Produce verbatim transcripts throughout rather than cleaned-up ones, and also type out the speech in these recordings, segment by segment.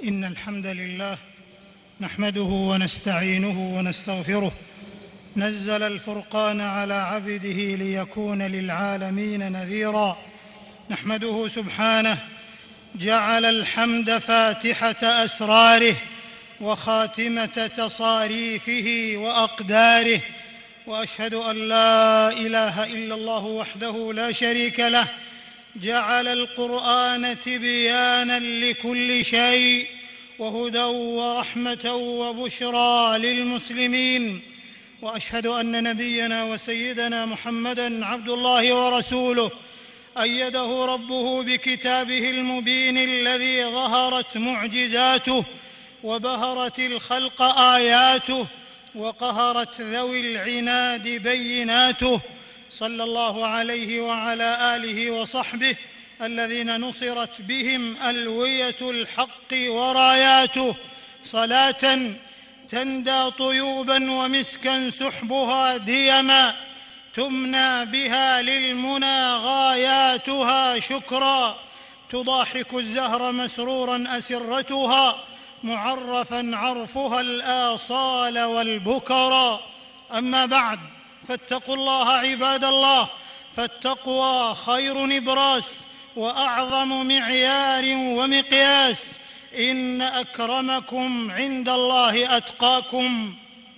إن الحمد لله نحمده ونستعينه ونستغفره. نزل الفرقان على عبده ليكون للعالمين نذيرا. نحمده سبحانه جعل الحمد فاتحة أسراره وخاتمة تصاريفه وأقداره، وأشهد أن لا إله إلا الله وحده لا شريك له، جعل القرآن تبيانا لكل شيء وهدى ورحمة وبشرى للمسلمين. وأشهد أن نبينا وسيدنا محمدًا عبد الله ورسوله، أيده ربه بكتابه المبين الذي ظهرت معجزاته وبهرت الخلق آياته وقهرت ذوي العناد بيناته، صلى الله عليه وعلى آله وصحبه الذين نصرت بهم ألوية الحق وراياته، صلاة تندى طيوبا ومسكا سحبها ديما، تمنى بها للمنى غاياتها شكرا، تضاحك الزهر مسرورا أسرتها، معرفا عرفها الآصال والبكرا. أما بعد، فاتقوا الله عباد الله، فالتقوى خير نبراس وأعظم معيار ومقياس. إن أكرمكم عند الله أتقاكم.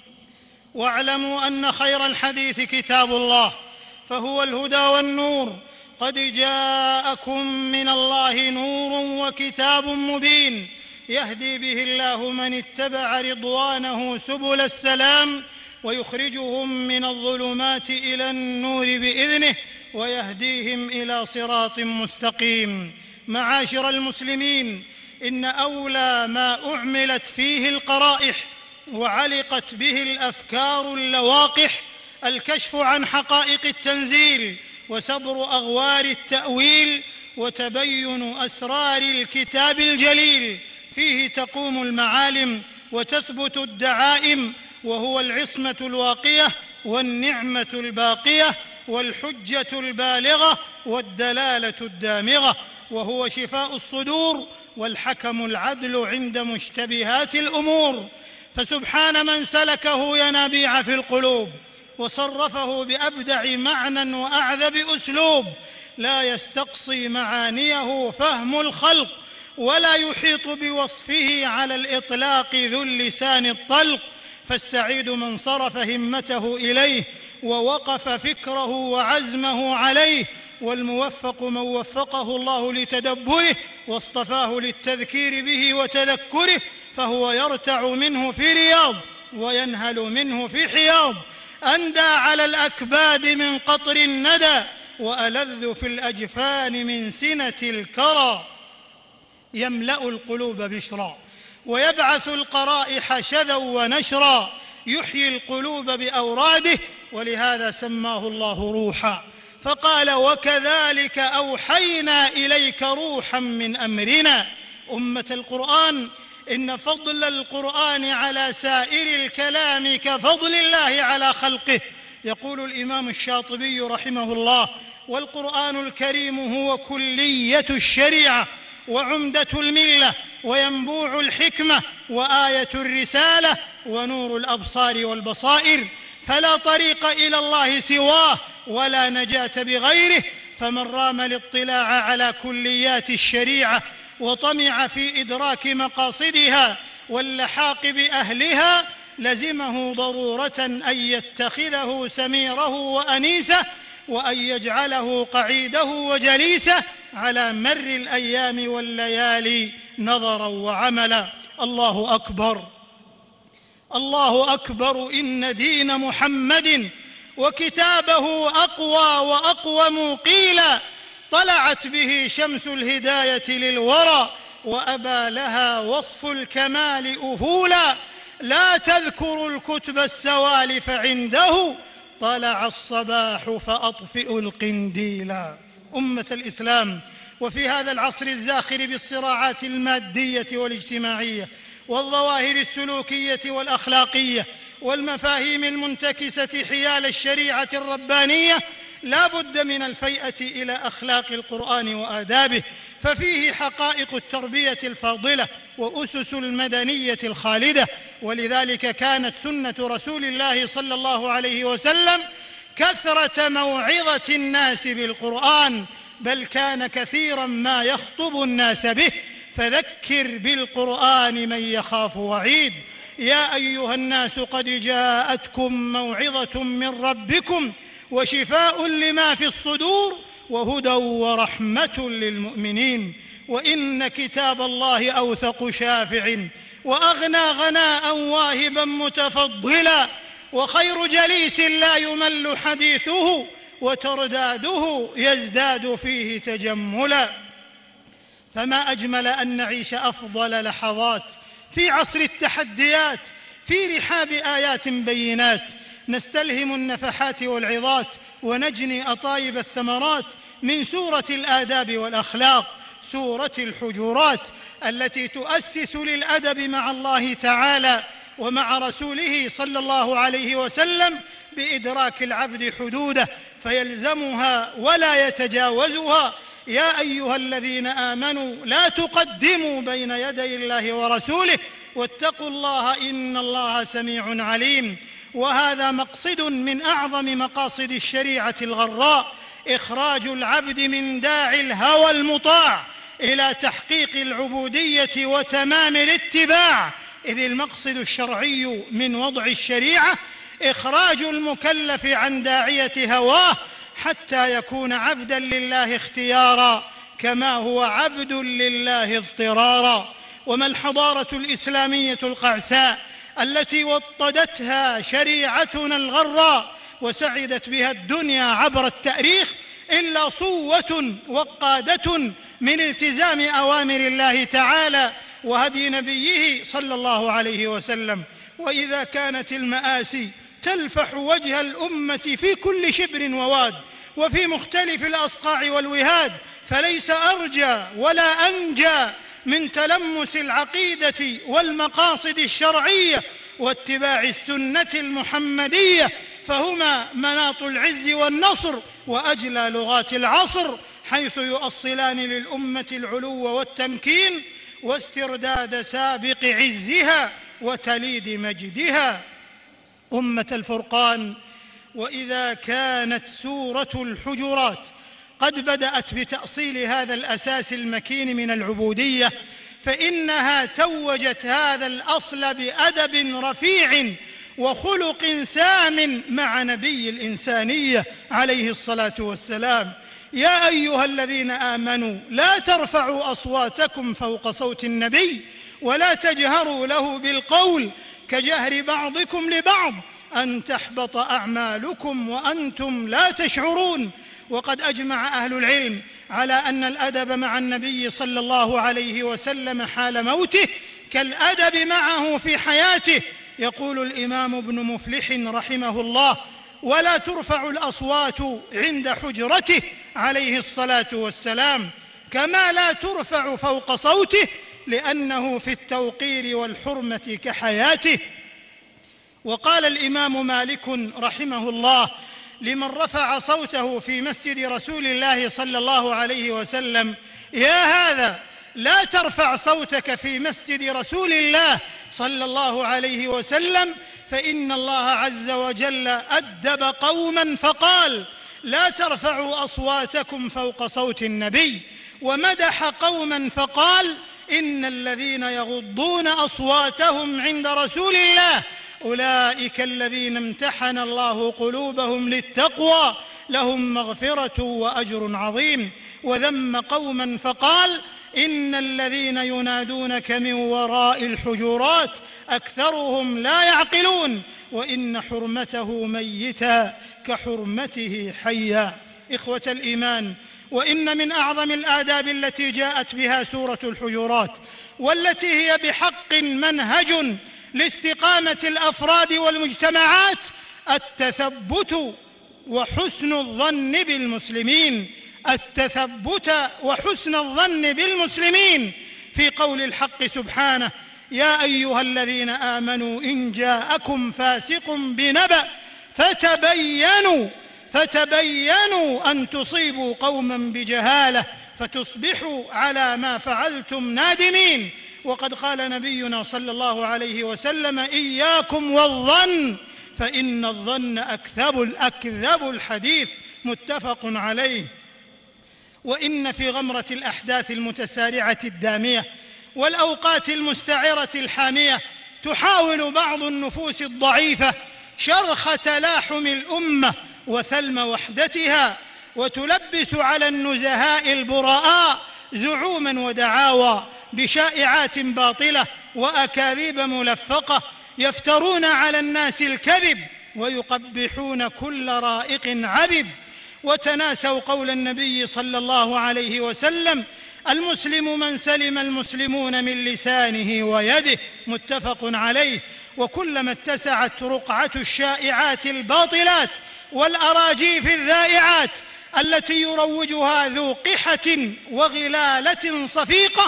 واعلموا أن خير الحديث كتاب الله، فهو الهدى والنور. قد جاءكم من الله نور وكتاب مبين، يهدي به الله من اتبع رضوانه سبل السلام، ويخرجهم من الظلمات إلى النور بإذنه، ويهديهم إلى صراط مستقيم. معاشر المسلمين، إن أولى ما أعملت فيه القرائح وعلقت به الأفكار اللواقح الكشف عن حقائق التنزيل وسبر أغوار التأويل وتبين أسرار الكتاب الجليل. فيه تقوم المعالم وتثبت الدعائم، وهو العصمة الواقية والنعمة الباقية والحجة البالغة والدلالة الدامغة، وهو شفاء الصدور والحكم العدل عند مشتبهات الأمور. فسبحان من سلكه ينابيع في القلوب وصرفه بأبدع معنى وأعذب أسلوب، لا يستقصي معانيه فهم الخلق، ولا يحيط بوصفه على الإطلاق ذو اللسان الطلق. فالسعيد من صرف همته إليه ووقف فكره وعزمه عليه، والموفق من وفقه الله لتدبره واصطفاه للتذكير به وتذكره، فهو يرتع منه في رياض وينهل منه في حياض، أندى على الأكباد من قطر الندى، وألذ في الأجفان من سنة الكرى. يملأ القلوب بشرا ويبعث القرائح شذا ونشرا، يحيي القلوب بأوراده، ولهذا سماه الله روحا، فقال: وكذلك أوحينا إليك روحا من أمرنا. أمة القرآن، إن فضل القرآن على سائر الكلام كفضل الله على خلقه. يقول الإمام الشاطبي رحمه الله: والقرآن الكريم هو كلية الشريعة وعمدة الملة وينبوع الحكمة وآية الرسالة ونور الأبصار والبصائر، فلا طريق إلى الله سواه ولا نجاة بغيره. فمن رام الاطلاع على كليات الشريعة وطمع في إدراك مقاصدها واللحاق بأهلها، لزمه ضرورة أن يتخذه سميره وأنيسه، وأن يجعله قعيده وجليسه على مر الأيام والليالي نظرا وعملا. الله أكبر، الله أكبر، إن دين محمد وكتابه أقوى وأقوم قيلا، طلعت به شمس الهداية للورى، وأبى لها وصف الكمال أفولا. لا تذكر الكتب السوالف عنده، طلع الصباح فأطفئ القنديلا. أمة الإسلام، وفي هذا العصر الزاخر بالصراعات المادية والاجتماعية والظواهر السلوكية والأخلاقية والمفاهيم المنتكسة حيال الشريعة الربانية، لا بد من الفيئة إلى أخلاق القرآن وآدابه، ففيه حقائق التربية الفاضلة وأسس المدنية الخالدة. ولذلك كانت سنة رسول الله صلى الله عليه وسلم كثرة موعظة الناس بالقرآن، بل كان كثيرا ما يخطب الناس به، فذكر بالقرآن من يخاف وعيد. يا أيها الناس قد جاءتكم موعظة من ربكم وشفاء لما في الصدور وهدى ورحمة للمؤمنين، وإن كتاب الله أوثق شافع وأغنى غناء واهبا متفضلا، وخير جليس لا يمل حديثه وترداده يزداد فيه تجملا. فما أجمل أن نعيش أفضل لحظات في عصر التحديات في رحاب آيات بينات، نستلهم النفحات والعظات ونجني أطايب الثمرات من سورة الآداب والأخلاق، سورة الحجرات، التي تؤسس للأدب مع الله تعالى ومع رسوله صلى الله عليه وسلم بإدراك العبد حدوده فيلزمها ولا يتجاوزها. يا أيها الذين آمنوا لا تقدموا بين يدي الله ورسوله واتقوا الله إن الله سميع عليم. وهذا مقصد من أعظم مقاصد الشريعة الغراء، إخراج العبد من داعي الهوى المطاع إلى تحقيق العبودية وتمام الاتباع، إذ المقصد الشرعي من وضع الشريعة إخراج المكلف عن داعية هواه حتى يكون عبدا لله اختيارا كما هو عبد لله اضطرارا. وما الحضارة الإسلامية القعساء التي وطدتها شريعتنا الغراء وسعدت بها الدنيا عبر التاريخ إلا صوة وقادة من التزام أوامر الله تعالى وهدي نبيه صلى الله عليه وسلم. وإذا كانت المآسي تلفح وجه الأمة في كل شبر وواد وفي مختلف الأصقاع والوهاد، فليس أرجى ولا أنجى من تلمس العقيدة والمقاصد الشرعية واتباع السنة المحمدية، فهما مناط العز والنصر وأجلى لغات العصر، حيث يؤصلان للأمة العلو والتمكين واسترداد سابق عزها وتليد مجدها. أمة الفرقان، وإذا كانت سورة الحجرات قد بدأت بتأصيل هذا الأساس المكين من العبودية، فإنها توجت هذا الأصل بأدب رفيع وخلق سام مع نبي الإنسانية عليه الصلاة والسلام. يا أيها الذين آمنوا لا ترفعوا أصواتكم فوق صوت النبي ولا تجهروا له بالقول كجهر بعضكم لبعض أن تحبط أعمالكم وأنتم لا تشعرون. وقد أجمع أهل العلم على أن الأدب مع النبي صلى الله عليه وسلم حال موته كالأدب معه في حياته. يقول الإمام ابن مفلح رحمه الله: ولا ترفع الأصوات عند حجرته عليه الصلاة والسلام، كما لا ترفع فوق صوته، لأنه في التوقير والحرمة كحياته. وقال الإمام مالك رحمه الله لمن رفع صوته في مسجد رسول الله صلى الله عليه وسلم: يا هذا لا ترفع صوتك في مسجد رسول الله صلى الله عليه وسلم، فإن الله عز وجل أدب قوما فقال: لا ترفعوا أصواتكم فوق صوت النبي، ومدح قوما فقال: إن الذين يغضون أصواتهم عند رسول الله أولئك الذين امتحن الله قلوبهم للتقوى لهم مغفرة وأجر عظيم. وذم قوما فقال: إن الذين ينادونك من وراء الحجرات أكثرهم لا يعقلون، وإن حرمته ميتا كحرمته حيا. إخوة الإيمان، وإن من أعظم الآداب التي جاءت بها سورة الحجرات، والتي هي بحق منهج لاستقامة الأفراد والمجتمعات، التثبت وحسن الظن بالمسلمين، التثبت وحسن الظن بالمسلمين في قول الحق سبحانه: يا أيها الذين آمنوا إن جاءكم فاسق بنبأ فتبينوا فتبينوا أن تصيبوا قوما بجهالة فتصبحوا على ما فعلتم نادمين. وقد قال نبينا صلى الله عليه وسلم: إياكم والظن فإن الظن أكذب أكذب الحديث، متفق عليه. وإن في غمرة الأحداث المتسارعة الدامية والأوقات المستعرة الحامية تحاول بعض النفوس الضعيفة شرخ تلاحم الأمة وثلم وحدتها، وتلبس على النزهاء البراء زعوما ودعاوى بشائعات باطلة وأكاذيب ملفقة، يفترون على الناس الكذب ويقبحون كل رائق عذب، وتناسوا قول النبي صلى الله عليه وسلم: المسلم من سلم المسلمون من لسانه ويده، متفق عليه. وكلما اتسعت رقعة الشائعات الباطلات والأراجيف الذائعات التي يروجها ذو قحة وغلالة صفيقة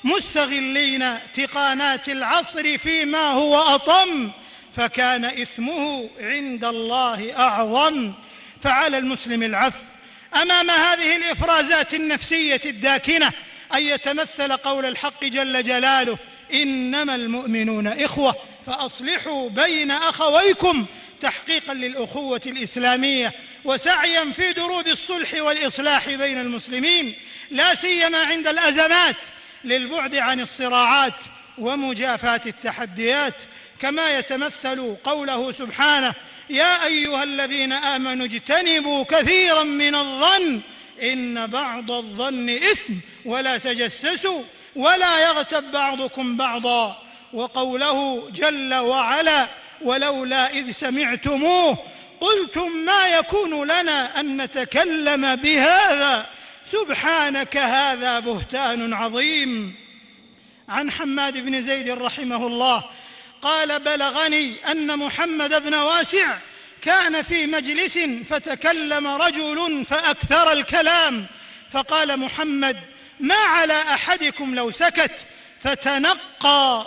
مستغلين تقانات العصر فيما هو أطم، فكان إثمه عند الله أعظم. فعلى المسلم العفو أمام هذه الإفرازات النفسية الداكنة، أن يتمثل قول الحق جل جلاله: إنما المؤمنون إخوة فأصلحوا بين أخويكم، تحقيقا للأخوة الإسلامية وسعيا في دروب الصلح والإصلاح بين المسلمين، لا سيما عند الأزمات، للبعد عن الصراعات ومجافاة التحديات، كما يتمثل قوله سبحانه: يا أيها الذين آمنوا اجتنبوا كثيرا من الظن إن بعض الظن إثم ولا تجسسوا ولا يغتب بعضكم بعضا. وقوله جل وعلا: ولولا إذ سمعتموه قلتم ما يكون لنا أن نتكلم بهذا سبحانك هذا بهتان عظيم. عن حماد بن زيد رحمه الله قال: بلغني أن محمد بن واسع كان في مجلس فتكلم رجل فأكثر الكلام، فقال محمد: ما على أحدكم لو سكت، فتنقى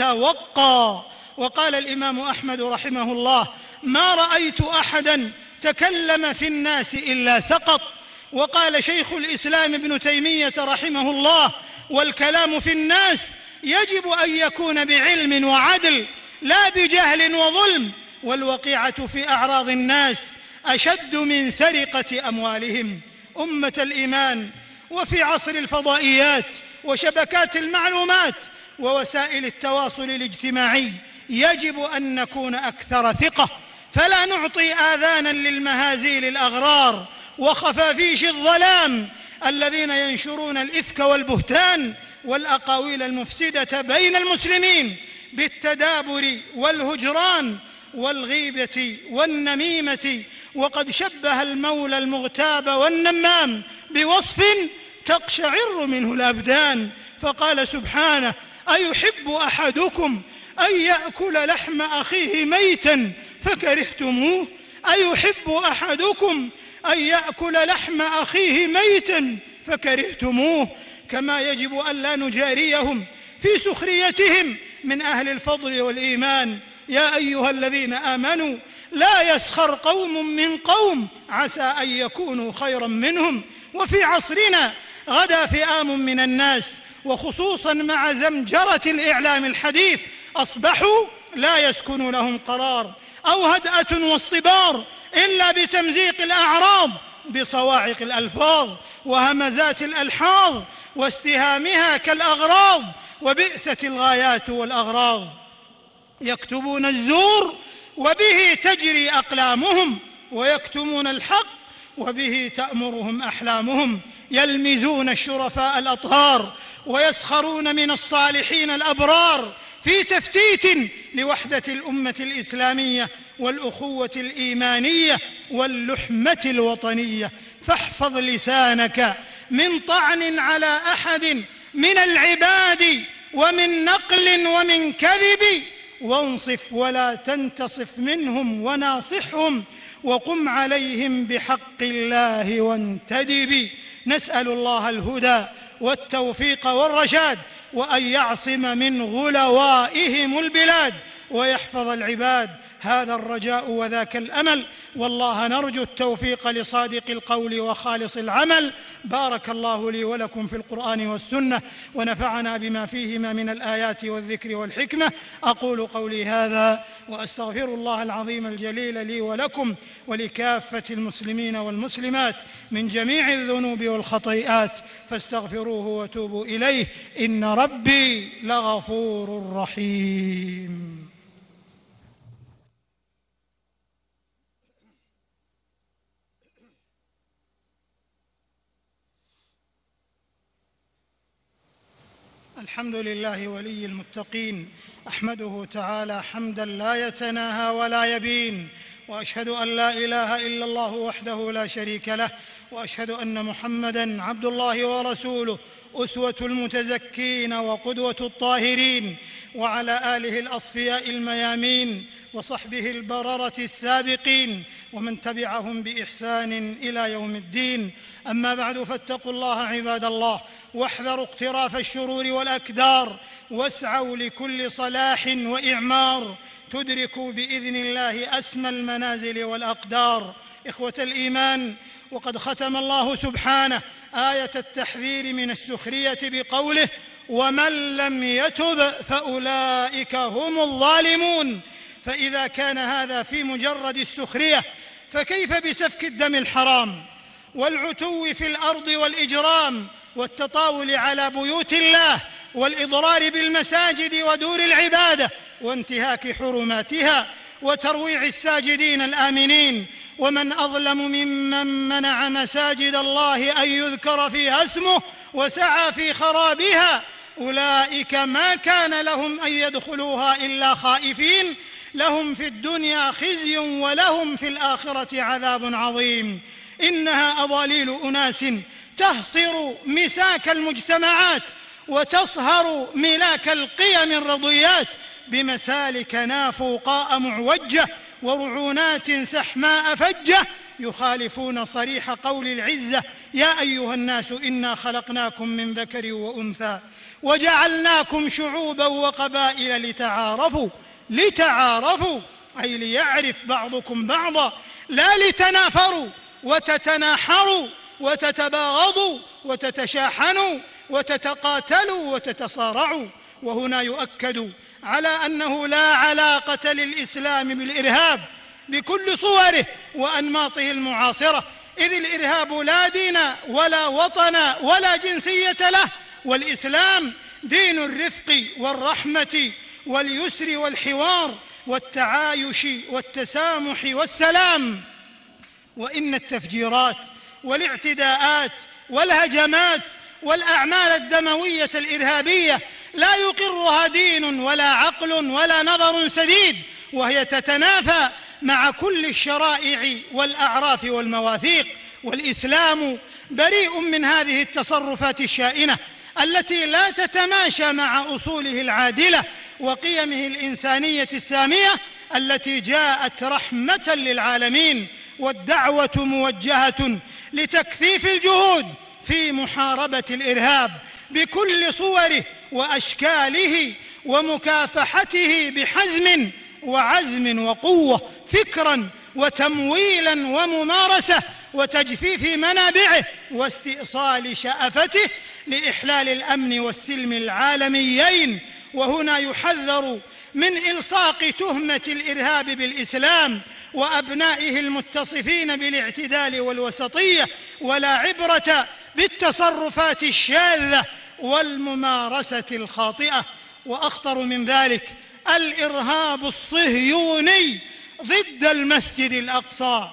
وتوقى. وقال الإمام أحمد رحمه الله: ما رأيت أحدا تكلم في الناس إلا سقط. وقال شيخ الإسلام ابن تيمية رحمه الله: والكلام في الناس يجب أن يكون بعلم وعدل لا بجهل وظلم، والوقيعة في أعراض الناس أشد من سرقة أموالهم. أمة الإيمان، وفي عصر الفضائيات وشبكات المعلومات ووسائل التواصل الاجتماعي يجب أن نكون أكثر ثقة، فلا نعطي آذانا للمهازيل الأغرار وخفافيش الظلام الذين ينشرون الإفك والبهتان والأقاويل المفسدة بين المسلمين بالتدابر والهجران والغيبة والنميمة. وقد شبه المولى المغتاب والنمام بوصف تقشعر منه الأبدان، فقال سبحانه: أيحب أحدكم أن يأكل لحم أخيه ميتا فكرهتموه؟ أيحب أحدكم أن يأكل لحم أخيه ميتا فكرهتموه. كما يجب أن لا نجاريهم في سخريتهم من أهل الفضل والإيمان. يا أيها الذين آمنوا لا يسخر قوم من قوم عسى أن يكونوا خيرا منهم. وفي عصرنا غدا فئام من الناس، وخصوصا مع زمجرة الإعلام الحديث، أصبحوا لا يسكن لهم قرار أو هدأة واصطبار إلا بتمزيق الأعراض بصواعق الألفاظ وهمزات الألحاظ واستهامها كالأغراض وبئسة الغايات والأغراض. يكتبون الزور وبه تجري أقلامهم، ويكتمون الحق وبه تأمرهم أحلامهم. يلمزون الشرفاء الأطهار ويسخرون من الصالحين الأبرار في تفتيت لوحدة الأمة الإسلامية والأخوة الإيمانية واللحمة الوطنية. فاحفظ لسانك من طعن على أحد من العباد ومن نقل ومن كذب، وانصف ولا تنتصف منهم وناصحهم وقم عليهم بحق الله وانتدب. نسأل الله الهدى والتوفيق والرشاد، وأن يعصم من غلوائهم البلاد ويحفظ العباد. هذا الرجاء وذاك الأمل، والله نرجو التوفيق لصادق القول وخالص العمل. بارك الله لي ولكم في القرآن والسنة، ونفعنا بما فيهما من الآيات والذكر والحكمة. أقول قولي هذا وأستغفر الله العظيم الجليل لي ولكم ولكافة المسلمين والمسلمات من جميع الذنوب والخطيئات، فاستغفروه وتوبوا إليه، إن ربي لغفور رحيم. الحمد لله ولي المتقين، أحمده تعالى حمدا لا يتناهى ولا يبين، وأشهد أن لا إله إلا الله وحده لا شريك له، وأشهد أن محمدًا عبد الله ورسوله، أسوة المتزكين وقدوة الطاهرين، وعلى آله الأصفياء الميامين وصحبه البررة السابقين ومن تبعهم بإحسان إلى يوم الدين. أما بعد، فاتقوا الله عباد الله، واحذروا اقتراف الشرور والأكدار، واسعوا لكل صلاح وإعمار، تدركوا بإذن الله أسمى المنازل والأقدار. إخوة الإيمان، وقد ختم الله سبحانه آية التحذير من السخرية بقوله: ومن لم يتب فأولئك هم الظالمون. فإذا كان هذا في مجرد السخرية، فكيف بسفك الدم الحرام والعتو في الأرض والإجرام والتطاول على بيوت الله والإضرار بالمساجد ودور العبادة وانتهاك حرماتها وترويع الساجدين الآمنين؟ ومن أظلم ممن منع مساجد الله أن يذكر فيها اسمه وسعى في خرابها. أولئك ما كان لهم أن يدخلوها إلا خائفين، لهم في الدنيا خزي ولهم في الآخرة عذاب عظيم. إنها أضاليل أناس تهصر مساك المجتمعات وتصهر ملاك القيم الرضيات بمسالك نافوقاء معوجة ورعونات سحماء فجة، يخالفون صريح قول العزة: يا أيها الناس إنا خلقناكم من ذكر وأنثى وجعلناكم شعوبا وقبائل لتعارفوا. لتعارفوا أي ليعرف بعضكم بعضا، لا لتنافروا وتتناحروا وتتباغضوا وتتشاحنوا وتتقاتلوا وتتصارعوا. وهنا يؤكد على أنه لا علاقة للإسلام بالإرهاب بكل صوره وأنماطه المعاصرة، إذ الإرهاب لا دين ولا وطن ولا جنسية له، والإسلام دين الرفق والرحمة واليسر والحوار والتعايش والتسامح والسلام. وإن التفجيرات والاعتداءات والهجمات والأعمال الدموية الإرهابية لا يقرها دين ولا عقل ولا نظر سديد، وهي تتنافى مع كل الشرائع والأعراف والمواثيق. والإسلام بريء من هذه التصرفات الشائنة التي لا تتماشى مع أصوله العادلة وقيمه الإنسانية السامية التي جاءت رحمة للعالمين. والدعوة موجهة لتكثيف الجهود في محاربة الإرهاب بكل صوره وأشكاله ومكافحته بحزم وعزم وقوة، فكرا وتمويلا وممارسة وتجفيف منابعه واستئصال شأفته لإحلال الأمن والسلم العالميين. وهنا يحذر من إلصاق تهمة الإرهاب بالإسلام وأبنائه المتصفين بالاعتدال والوسطية، ولا عبرة بالتصرفات الشاذة والممارسة الخاطئة. وأخطر من ذلك الإرهاب الصهيوني ضد المسجد الأقصى،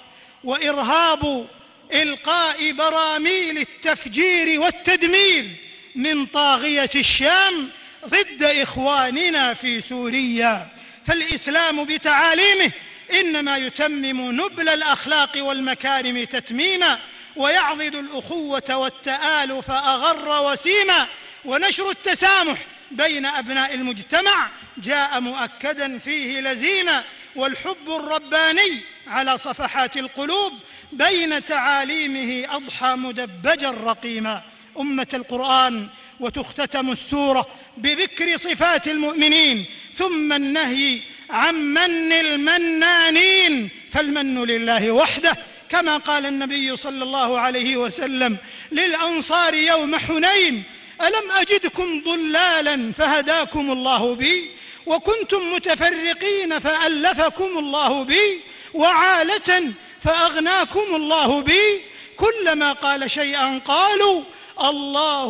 وإرهاب إلقاء براميل التفجير والتدمير من طاغية الشام ضد إخواننا في سوريا. فالإسلام بتعاليمه إنما يتمم نبل الأخلاق والمكارم تتميما، ويعضد الأخوة والتآلف أغر وسيما، ونشر التسامح بين أبناء المجتمع جاء مؤكدا فيه لزيما، والحب الرباني على صفحات القلوب بين تعاليمه أضحى مدبجا رقيما. أمة القرآن، وتختتم السورة بذكر صفات المؤمنين ثم النهي عن من المنانين، فالمن لله وحده، كما قال النبي صلى الله عليه وسلم للأنصار يوم حنين: ألم أجدكم ضلالا فهداكم الله بي، وكنتم متفرقين فألفكم الله بي، وعالة فأغناكم الله بي. كلما قال شيئا قالوا: الله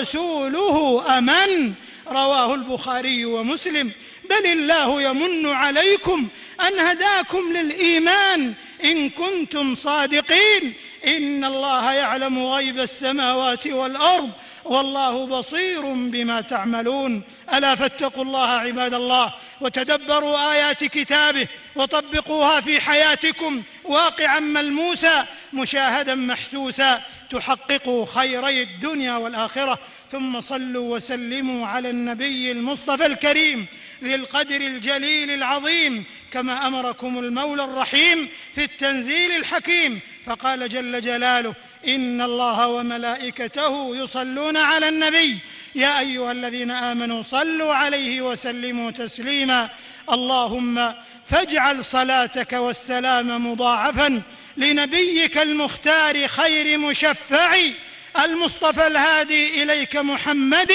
ورسوله أمن. رواه البخاري ومسلم. بل الله يمن عليكم أن هداكم للإيمان إن كنتم صادقين. إن الله يعلم غيب السماوات والأرض والله بصير بما تعملون. ألا فاتقوا الله عباد الله، وتدبروا آيات كتابه، وطبقوها في حياتكم واقعا ملموسا مشاهدا محسوسا، تحققوا خيري الدنيا والآخرة. ثم صلوا وسلموا على النبي المصطفى الكريم ذي القدر الجليل العظيم، كما أمركم المولى الرحيم في التنزيل الحكيم، فقال جل جلاله: إن الله وملائكته يصلون على النبي يا أيها الذين آمنوا صلوا عليه وسلموا تسليما. اللهم فاجعل صلاتك والسلام مضاعفا لنبيك المختار خير مشفع المصطفى الهادي إليك محمد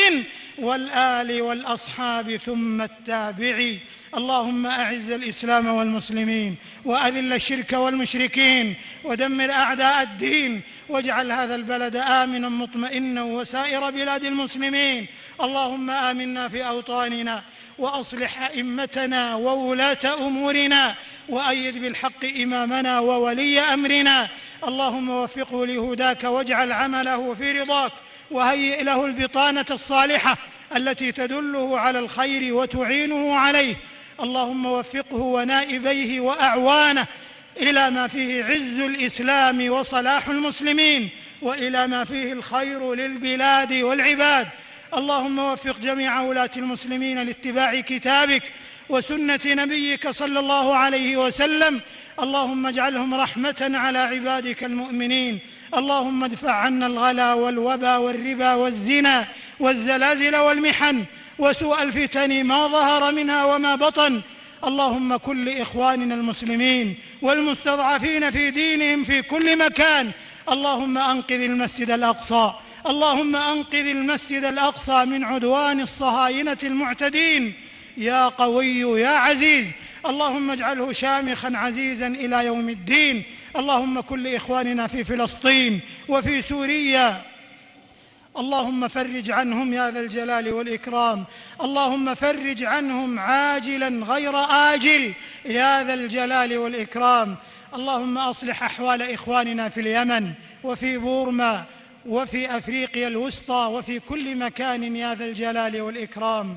والآل والأصحاب ثم التابعين. اللهم أعز الإسلام والمسلمين، وأذل الشرك والمشركين، ودمر أعداء الدين، واجعل هذا البلد آمنا مطمئنا وسائر بلاد المسلمين. اللهم آمنا في أوطاننا، وأصلح أئمتنا وولاة أمورنا، وأيد بالحق إمامنا وولي أمرنا. اللهم وفقه لهداك، واجعل عمله في رضاك، وهيئ له البطانة الصالحة التي تدله على الخير وتعينه عليه. اللهم وفقه ونائبيه وأعوانه إلى ما فيه عز الإسلام وصلاح المسلمين، وإلى ما فيه الخير للبلاد والعباد. اللهم وفق جميع ولاة المسلمين لاتباع كتابك وسنة نبيك صلى الله عليه وسلم. اللهم اجعلهم رحمة على عبادك المؤمنين. اللهم ادفع عنا الغلا والوبا والربا والزنا والزلازل والمحن وسوء الفتن ما ظهر منها وما بطن. اللهم كن لإخواننا المسلمين والمستضعفين في دينهم في كل مكان. اللهم أنقذ المسجد الأقصى، اللهم أنقذ المسجد الأقصى من عدوان الصهاينة المعتدين يا قوي يا عزيز. اللهم اجعله شامخا عزيزا إلى يوم الدين. اللهم كن لإخواننا في فلسطين وفي سوريا، اللهم فرج عنهم يا ذا الجلال والإكرام. اللهم فرج عنهم عاجلا غير آجل يا ذا الجلال والإكرام. اللهم أصلح أحوال إخواننا في اليمن وفي بورما وفي أفريقيا الوسطى وفي كل مكان يا ذا الجلال والإكرام.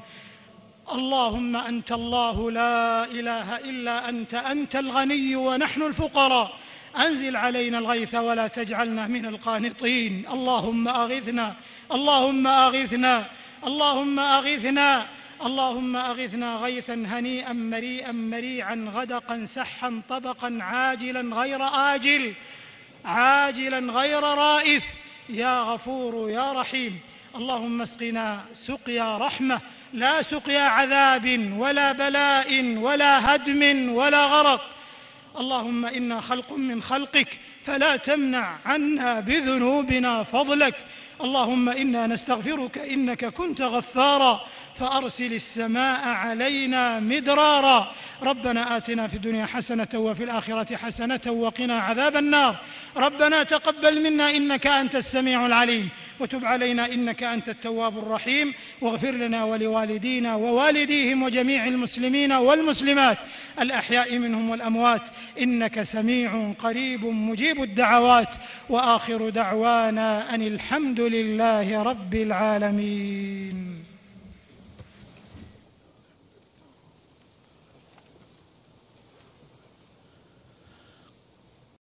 اللهم أنت الله لا إله إلا أنت، أنت الغني ونحن الفقراء. أنزل علينا الغيث ولا تجعلنا من القانطين. اللهم أغثنا، اللهم أغثنا، اللهم أغثنا، اللهم أغثنا غيثا هنيئا مريئا مريعا غدقا سحا طبقا عاجلا غير آجل عاجلا غير رائف يا غفور يا رحيم. اللهم اسقنا سقيا رحمة لا سقيا عذاب ولا بلاء ولا هدم ولا غرق. اللهم إنا خلق من خلقك فلا تمنع عنا بذنوبنا فضلك. اللهم إنا نستغفرك إنك كنت غفارا فأرسل السماء علينا مدرارا. ربنا آتنا في الدنيا حسنة وفي الآخرة حسنة وقنا عذاب النار. ربنا تقبل منا إنك أنت السميع العليم، وتب علينا إنك أنت التواب الرحيم، واغفر لنا ولوالدينا ووالديهم وجميع المسلمين والمسلمات الأحياء منهم والأموات، إنك سميع قريب مجيب الدعوات. وآخر دعوانا أن الحمد لله رب العالمين.